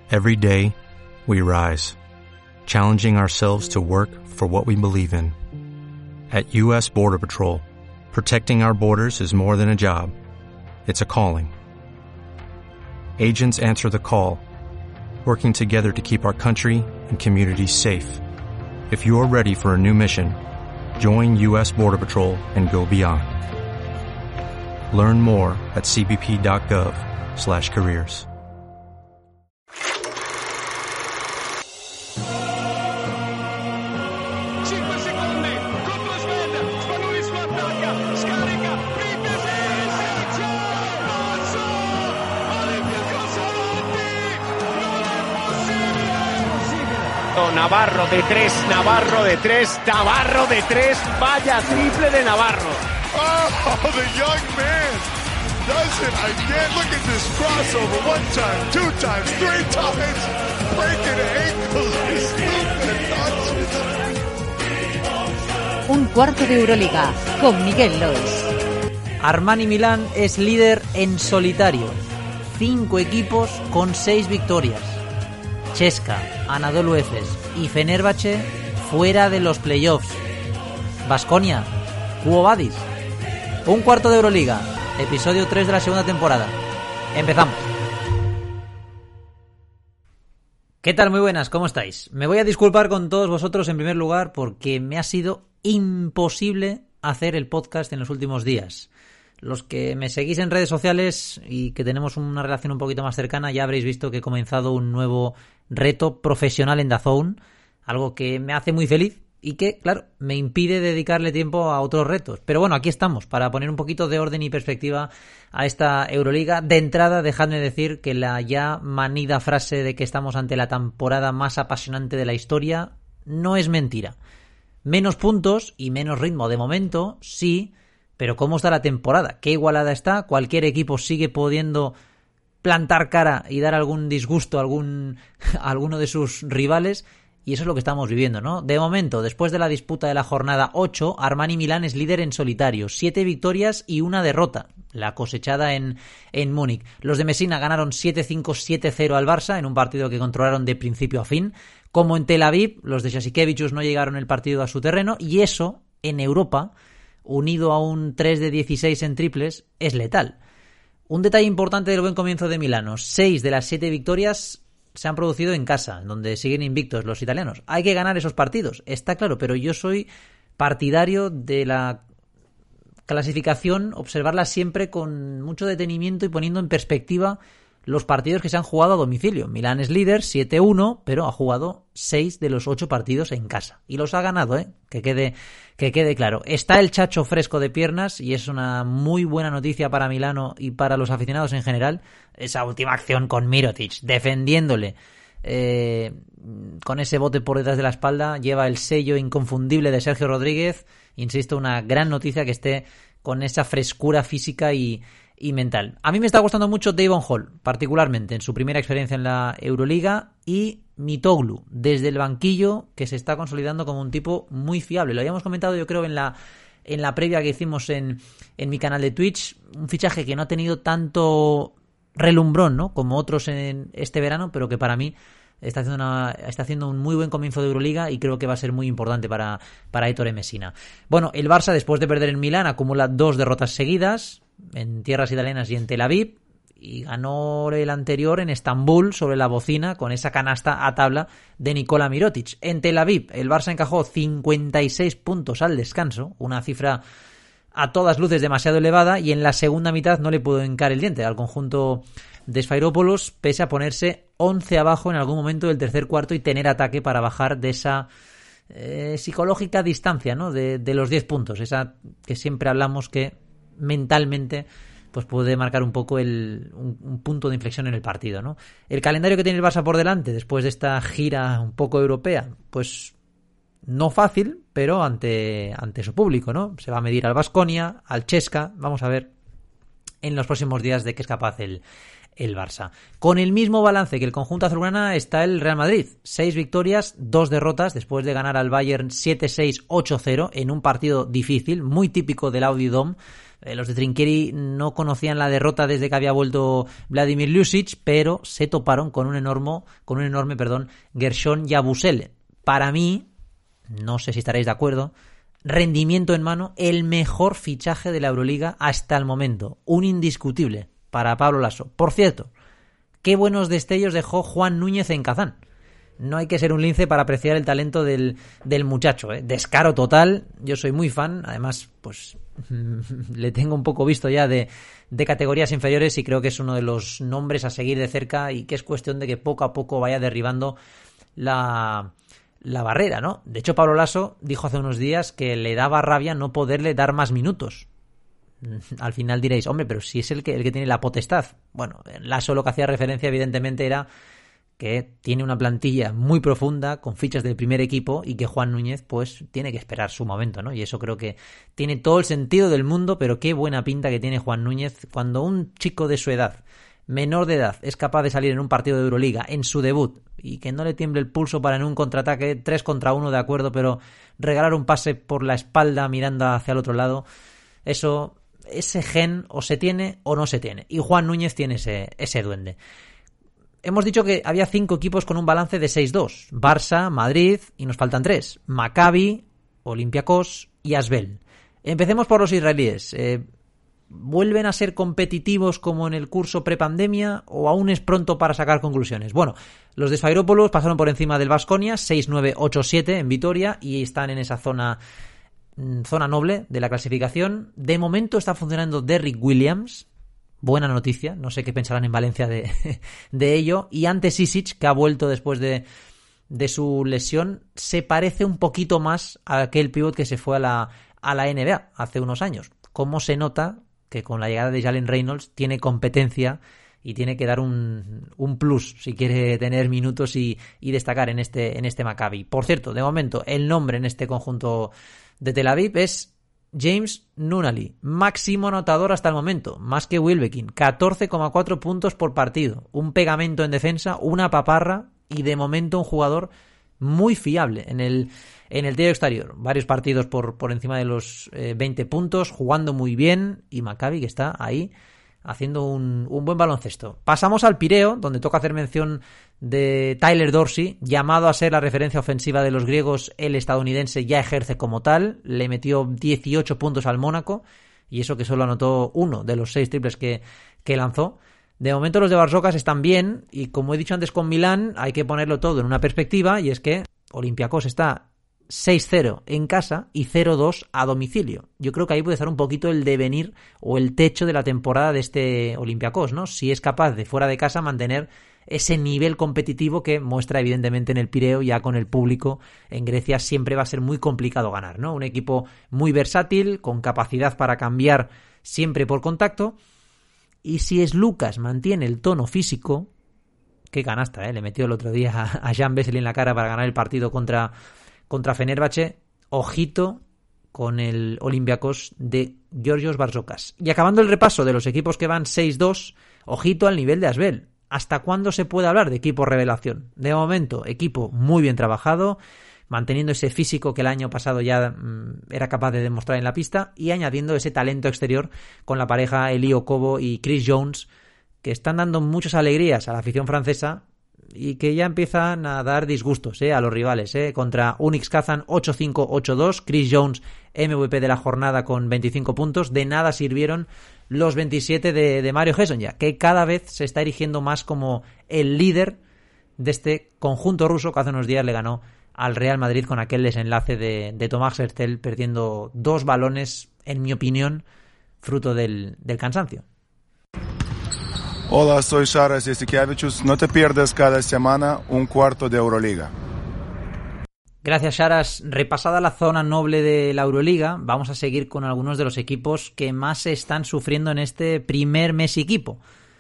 Every day, we rise, challenging ourselves to work for what we believe in. At U.S. Border Patrol, protecting our borders is more than a job. It's a calling. Agents answer the call, working together to keep our country and communities safe. If you're ready for a new mission, join U.S. Border Patrol and go beyond. Learn more at cbp.gov/careers. Navarro de tres, Navarro de tres, Navarro de tres, vaya triple de Navarro. Oh, the young man does it again. Look at this crossover. One time, two times, three times. Breaking ankles. Un cuarto de Euroliga con Miguel Lois. Armani Milán es líder en solitario. 5 equipos con 6 victorias. CSKA, Anadolu Efes y Fenerbahce fuera de los playoffs. Baskonia, Quo Vadis. Un cuarto de Euroliga, episodio 3 de la segunda temporada. Empezamos. ¿Qué tal? Muy buenas, ¿cómo estáis? Me voy a disculpar con todos vosotros en primer lugar porque me ha sido imposible hacer el podcast en los últimos días. Los que me seguís en redes sociales y que tenemos una relación un poquito más cercana ya habréis visto que he comenzado un nuevo reto profesional en DAZN, algo que me hace muy feliz y que, claro, me impide dedicarle tiempo a otros retos. Pero bueno, aquí estamos para poner un poquito de orden y perspectiva a esta Euroliga. De entrada, dejadme decir que la ya manida frase de que estamos ante la temporada más apasionante de la historia no es mentira. Menos puntos y menos ritmo de momento, sí. Pero ¿cómo está la temporada? ¿Qué igualada está? ¿Cualquier equipo sigue pudiendo plantar cara y dar algún disgusto a alguno de sus rivales? Y eso es lo que estamos viviendo, ¿no? De momento, después de la disputa de la jornada 8, Armani Milán es líder en solitario. 7 victorias y 1 derrota, la cosechada en Múnich. Los de Messina ganaron 7-5, 7-0 al Barça en un partido que controlaron de principio a fin. Como en Tel Aviv, los de Jasikevičius no llegaron el partido a su terreno y eso, en Europa, unido a un 3 de 16 en triples, es letal. Un detalle importante del buen comienzo de Milano: 6 de las 7 victorias se han producido en casa, donde siguen invictos los italianos. Hay que ganar esos partidos, está claro, pero yo soy partidario de la clasificación, observarla siempre con mucho detenimiento y poniendo en perspectiva los partidos que se han jugado a domicilio. Milán es líder, 7-1, pero ha jugado 6 de los 8 partidos en casa. Y los ha ganado, que quede claro. Está el Chacho fresco de piernas y es una muy buena noticia para Milano y para los aficionados en general. Esa última acción con Mirotic, defendiéndole con ese bote por detrás de la espalda, lleva el sello inconfundible de Sergio Rodríguez. Insisto, una gran noticia que esté con esa frescura física y mental. A mí me está gustando mucho Davon Hall, particularmente en su primera experiencia en la Euroliga, y Mitoglu, desde el banquillo, que se está consolidando como un tipo muy fiable. Lo habíamos comentado, yo creo, en la previa que hicimos en mi canal de Twitch. Un fichaje que no ha tenido tanto relumbrón, ¿no?, como otros en este verano, pero que para mí está haciendo un muy buen comienzo de Euroliga y creo que va a ser muy importante para Ettore Messina. Bueno, el Barça, después de perder en Milán, acumula 2 derrotas seguidas en tierras italianas y en Tel Aviv, y ganó el anterior en Estambul sobre la bocina con esa canasta a tabla de Nikola Mirotic. En Tel Aviv el Barça encajó 56 puntos al descanso, una cifra a todas luces demasiado elevada, y en la segunda mitad no le pudo hincar el diente al conjunto de Sfairopoulos, pese a ponerse 11 abajo en algún momento del tercer cuarto y tener ataque para bajar de esa psicológica distancia, ¿no?, de los 10 puntos, esa que siempre hablamos que mentalmente pues puede marcar un poco un punto de inflexión en el partido, ¿no? El calendario que tiene el Barça por delante después de esta gira un poco europea, pues no fácil, pero ante su público, ¿no? Se va a medir al Baskonia, al CSKA. Vamos a ver en los próximos días de qué es capaz el Barça. Con el mismo balance que el conjunto azulgrana está el Real Madrid. 6 victorias, 2 derrotas, después de ganar al Bayern 7-6, 8-0 en un partido difícil, muy típico del Audi Dome, Los de Trinchieri no conocían la derrota desde que había vuelto Vladimir Lucic, pero se toparon con un enorme Gershon Yabusele. Para mí, no sé si estaréis de acuerdo, rendimiento en mano, el mejor fichaje de la Euroliga hasta el momento. Un indiscutible para Pablo Laso. Por cierto, qué buenos destellos dejó Juan Núñez en Kazán. No hay que ser un lince para apreciar el talento del muchacho, ¿eh? Descaro total, yo soy muy fan, además pues le tengo un poco visto ya de categorías inferiores y creo que es uno de los nombres a seguir de cerca y que es cuestión de que poco a poco vaya derribando la barrera, ¿no? De hecho, Pablo Laso dijo hace unos días que le daba rabia no poderle dar más minutos. Al final diréis, hombre, pero si es el que tiene la potestad. Bueno, Laso lo que hacía referencia evidentemente era que tiene una plantilla muy profunda con fichas del primer equipo y que Juan Núñez pues tiene que esperar su momento, ¿no? Y eso creo que tiene todo el sentido del mundo, pero qué buena pinta que tiene Juan Núñez cuando un chico de su edad, menor de edad, es capaz de salir en un partido de Euroliga en su debut y que no le tiemble el pulso para en un contraataque 3 contra 1, de acuerdo, pero regalar un pase por la espalda mirando hacia el otro lado, ese gen o se tiene o no se tiene. Y Juan Núñez tiene ese duende. Hemos dicho que había 5 equipos con un balance de 6-2. Barça, Madrid y nos faltan 3. Maccabi, Olympiacos y Asvel. Empecemos por los israelíes. ¿Vuelven a ser competitivos como en el curso prepandemia o aún es pronto para sacar conclusiones? Bueno, los de Sfairopoulos pasaron por encima del Baskonia 6-9-8-7 en Vitoria y están en esa zona noble de la clasificación. De momento está funcionando Derrick Williams. Buena noticia, no sé qué pensarán en Valencia de ello. Y Ante Sisic, que ha vuelto después de su lesión, se parece un poquito más a aquel pívot que se fue a la NBA hace unos años. Cómo se nota que con la llegada de Jalen Reynolds tiene competencia y tiene que dar un plus si quiere tener minutos y destacar en este Maccabi. Por cierto, de momento, el nombre en este conjunto de Tel Aviv es James Nunnally, máximo anotador hasta el momento, más que Wilbekin, 14,4 puntos por partido, un pegamento en defensa, una paparra y de momento un jugador muy fiable en el tiro exterior. Varios partidos por encima de los 20 puntos, jugando muy bien y Maccabi que está ahí haciendo un buen baloncesto. Pasamos al Pireo, donde toca hacer mención de Tyler Dorsey, llamado a ser la referencia ofensiva de los griegos. El estadounidense ya ejerce como tal, le metió 18 puntos al Mónaco y eso que solo anotó uno de los 6 triples que lanzó. De momento los de Barsocas están bien y como he dicho antes con Milán hay que ponerlo todo en una perspectiva y es que Olympiacos está 6-0 en casa y 0-2 a domicilio. Yo creo que ahí puede estar un poquito el devenir o el techo de la temporada de este Olympiacos, ¿no? Si es capaz de fuera de casa mantener ese nivel competitivo que muestra evidentemente en el Pireo, ya con el público en Grecia siempre va a ser muy complicado ganar, ¿no? Un equipo muy versátil, con capacidad para cambiar siempre por contacto, y si es Lucas mantiene el tono físico, qué canasta, le metió el otro día a Jan Vesely en la cara para ganar el partido contra Fenerbahce. Ojito con el Olympiacos de Georgios Barsocas. Y acabando el repaso de los equipos que van 6-2, ojito al nivel de Asvel. ¿Hasta cuándo se puede hablar de equipo revelación? De momento, equipo muy bien trabajado, manteniendo ese físico que el año pasado ya era capaz de demostrar en la pista y añadiendo ese talento exterior con la pareja Elio Kobo y Chris Jones, que están dando muchas alegrías a la afición francesa y que ya empiezan a dar disgustos a los rivales. Contra Unix Kazan 8-5-8-2, Chris Jones MVP de la jornada con 25 puntos. De nada sirvieron los 27 de Mario Hezonja, que cada vez se está erigiendo más como el líder de este conjunto ruso que hace unos días le ganó al Real Madrid con aquel desenlace de Tomás Hertel, perdiendo 2 balones, en mi opinión, fruto del cansancio. Hola, soy Sharas Jasikevičius. No te pierdas cada semana un cuarto de Euroliga. Gracias, Sharas. Repasada la zona noble de la Euroliga, vamos a seguir con algunos de los equipos que más se están sufriendo en este primer mes y pico.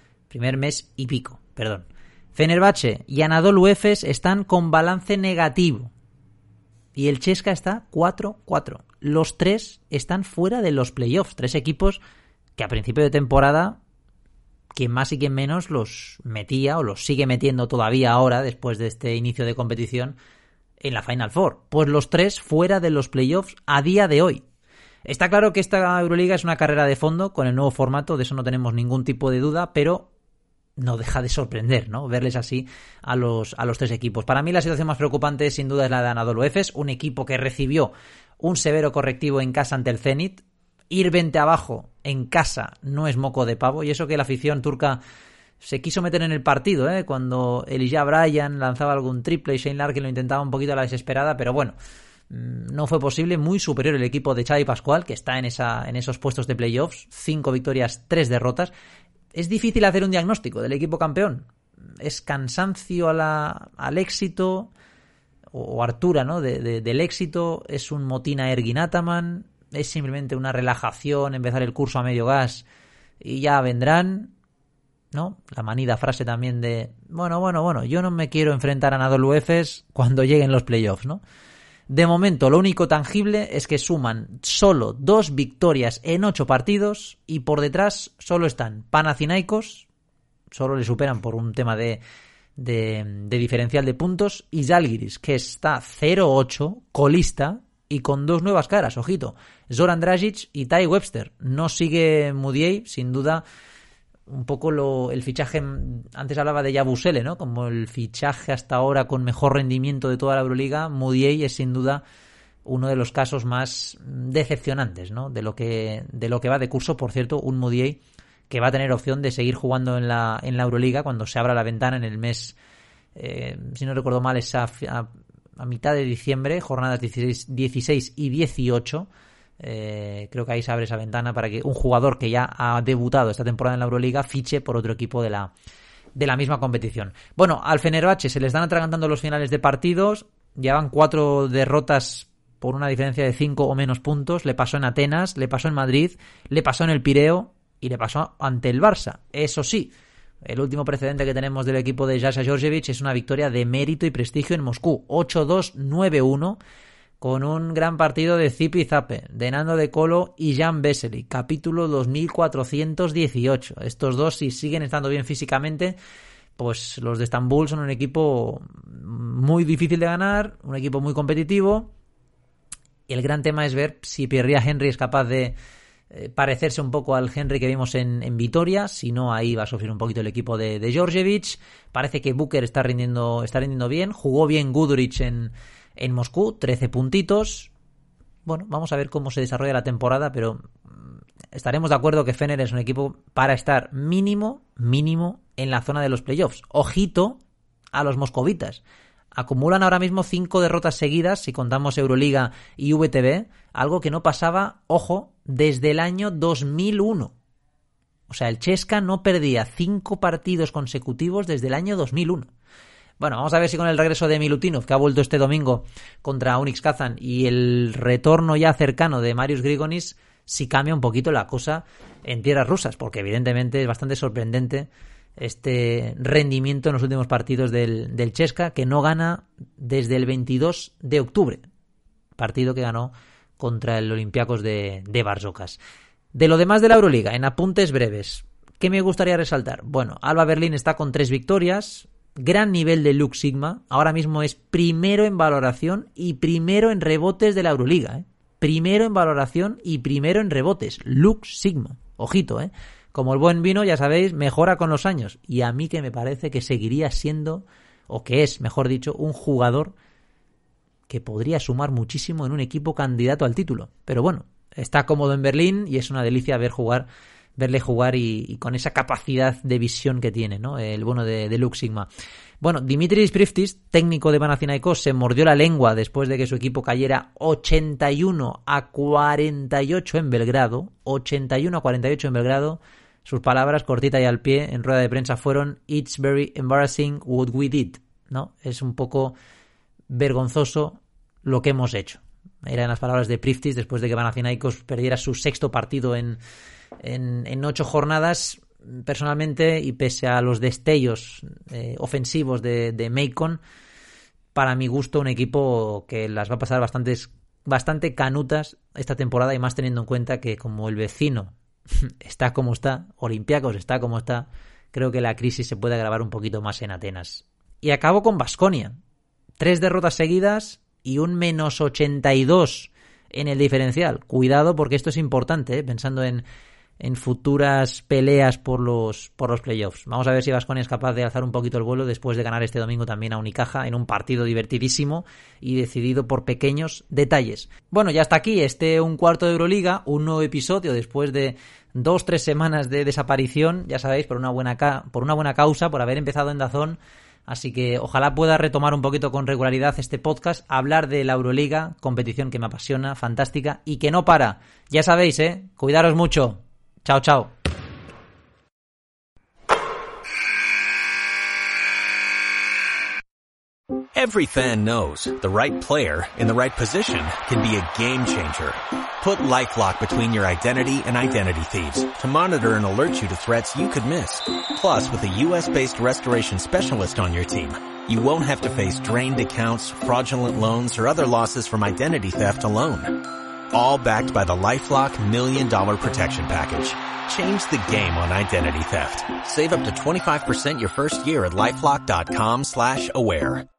Fenerbahce y Anadolu Efes están con balance negativo. Y el CSKA está 4-4. Los 3 están fuera de los playoffs. 3 equipos que a principio de temporada, quien más y quien menos, los metía o los sigue metiendo todavía ahora, después de este inicio de competición, en la Final Four. Pues los 3 fuera de los playoffs a día de hoy. Está claro que esta Euroliga es una carrera de fondo con el nuevo formato, de eso no tenemos ningún tipo de duda, pero no deja de sorprender, ¿no? Verles así a los tres equipos. Para mí la situación más preocupante sin duda es la de Anadolu Efes, un equipo que recibió un severo correctivo en casa ante el Zenit. Ir 20 abajo en casa no es moco de pavo, y eso que la afición turca se quiso meter en el partido, cuando Elijah Bryan lanzaba algún triple y Shane Larkin lo intentaba un poquito a la desesperada, pero bueno, no fue posible. Muy superior el equipo de Xavi Pascual, que está en esos puestos de playoffs, 5 victorias, 3 derrotas. Es difícil hacer un diagnóstico del equipo campeón. Es cansancio al éxito, o hartura, ¿no? del éxito. Es un motín a Ergin Ataman. Es simplemente una relajación, empezar el curso a medio gas y ya vendrán, ¿no? La manida frase también de bueno, yo no me quiero enfrentar a Anadolu Efes cuando lleguen los playoffs, ¿no? De momento, lo único tangible es que suman solo 2 victorias en 8 partidos y por detrás solo están Panathinaikos, solo le superan por un tema de diferencial de puntos, y Žalgiris, que está 0-8, colista, y con 2 nuevas caras, ojito, Zoran Dragic y Ty Webster. No sigue Mudiay, sin duda, un poco el fichaje, antes hablaba de Yabusele, ¿no? Como el fichaje hasta ahora con mejor rendimiento de toda la Euroliga. Mudiay es sin duda uno de los casos más decepcionantes, ¿no? De lo que va de curso. Por cierto, un Mudiay que va a tener opción de seguir jugando en la Euroliga cuando se abra la ventana en el mes, si no recuerdo mal, es a mitad de diciembre, jornadas 16 y 18. Creo que ahí se abre esa ventana para que un jugador que ya ha debutado esta temporada en la Euroliga fiche por otro equipo de la misma competición. Bueno, al Fenerbahce se le están atragantando los finales de partidos. Llevan 4 derrotas por una diferencia de 5 o menos puntos. Le pasó en Atenas, le pasó en Madrid, le pasó en el Pireo y le pasó ante el Barça. Eso sí, el último precedente que tenemos del equipo de Jasha Georgievich es una victoria de mérito y prestigio en Moscú, 8-2, 9-1, con un gran partido de Zipi Zape, de Nando De Colo y Jan Vesely, capítulo 2418. Estos dos, si siguen estando bien físicamente, pues los de Estambul son un equipo muy difícil de ganar, un equipo muy competitivo, y el gran tema es ver si Pierre Henry es capaz de parecerse un poco al Henry que vimos en Vitoria. Si no, ahí va a sufrir un poquito el equipo de Georgievich. Parece que Booker está rindiendo bien. Jugó bien Guduric en Moscú, 13 puntitos. Bueno, vamos a ver cómo se desarrolla la temporada, pero estaremos de acuerdo que Fener es un equipo para estar mínimo en la zona de los playoffs. Ojito a los moscovitas. Acumulan ahora mismo 5 derrotas seguidas, si contamos Euroliga y VTB, algo que no pasaba, ojo, desde el año 2001. O sea, el CSKA no perdía 5 partidos consecutivos desde el año 2001. Bueno, vamos a ver si con el regreso de Milutinov, que ha vuelto este domingo contra Unix Kazan, y el retorno ya cercano de Marius Grigonis, si cambia un poquito la cosa en tierras rusas, porque evidentemente es bastante sorprendente este rendimiento en los últimos partidos del CSKA, que no gana desde el 22 de octubre, partido que ganó contra el Olympiacos de Barzocas. De lo demás de la Euroliga, en apuntes breves, ¿qué me gustaría resaltar? Bueno, Alba Berlín está con 3 victorias, gran nivel de Lux Sigma, ahora mismo es primero en valoración y primero en rebotes de la Euroliga, Primero en valoración y primero en rebotes, Lux Sigma, ojito, Como el buen vino, ya sabéis, mejora con los años. Y a mí que me parece que seguiría siendo, o que es, mejor dicho, un jugador que podría sumar muchísimo en un equipo candidato al título. Pero bueno, está cómodo en Berlín y es una delicia verle jugar y con esa capacidad de visión que tiene, ¿no? El bueno de Lux Sigma. Bueno, Dimitris Priftis, técnico de Panathinaikos, se mordió la lengua después de que su equipo cayera 81-48 en Belgrado. 81-48 en Belgrado. Sus palabras, cortita y al pie, en rueda de prensa fueron "It's very embarrassing what we did", ¿no? Es un poco vergonzoso lo que hemos hecho. Eran las palabras de Priftis después de que Panathinaikos perdiera su 6º partido en 8 jornadas. Personalmente, y pese a los destellos ofensivos de Macon, para mi gusto un equipo que las va a pasar bastante canutas esta temporada, y más teniendo en cuenta que como el vecino está como está, Olympiacos está como está, creo que la crisis se puede agravar un poquito más en Atenas. Y acabo con Baskonia, 3 derrotas seguidas y un -82 en el diferencial. Cuidado porque esto es importante, pensando en futuras peleas por los playoffs. Vamos a ver si Baskonia es capaz de alzar un poquito el vuelo después de ganar este domingo también a Unicaja en un partido divertidísimo y decidido por pequeños detalles. Bueno, ya está aquí un cuarto de Euroliga, un nuevo episodio después de 2-3 semanas de desaparición, ya sabéis, por una buena causa, por haber empezado en DAZN. Así que ojalá pueda retomar un poquito con regularidad este podcast, hablar de la Euroliga, competición que me apasiona, fantástica y que no para. Ya sabéis, cuidaros mucho. Chao, chao. Every fan knows the right player in the right position can be a game changer. Put LifeLock between your identity and identity thieves to monitor and alert you to threats you could miss. Plus, with a U.S.-based restoration specialist on your team, you won't have to face drained accounts, fraudulent loans, or other losses from identity theft alone. All backed by the LifeLock $1 Million Protection Package. Change the game on identity theft. Save up to 25% your first year at LifeLock.com/aware.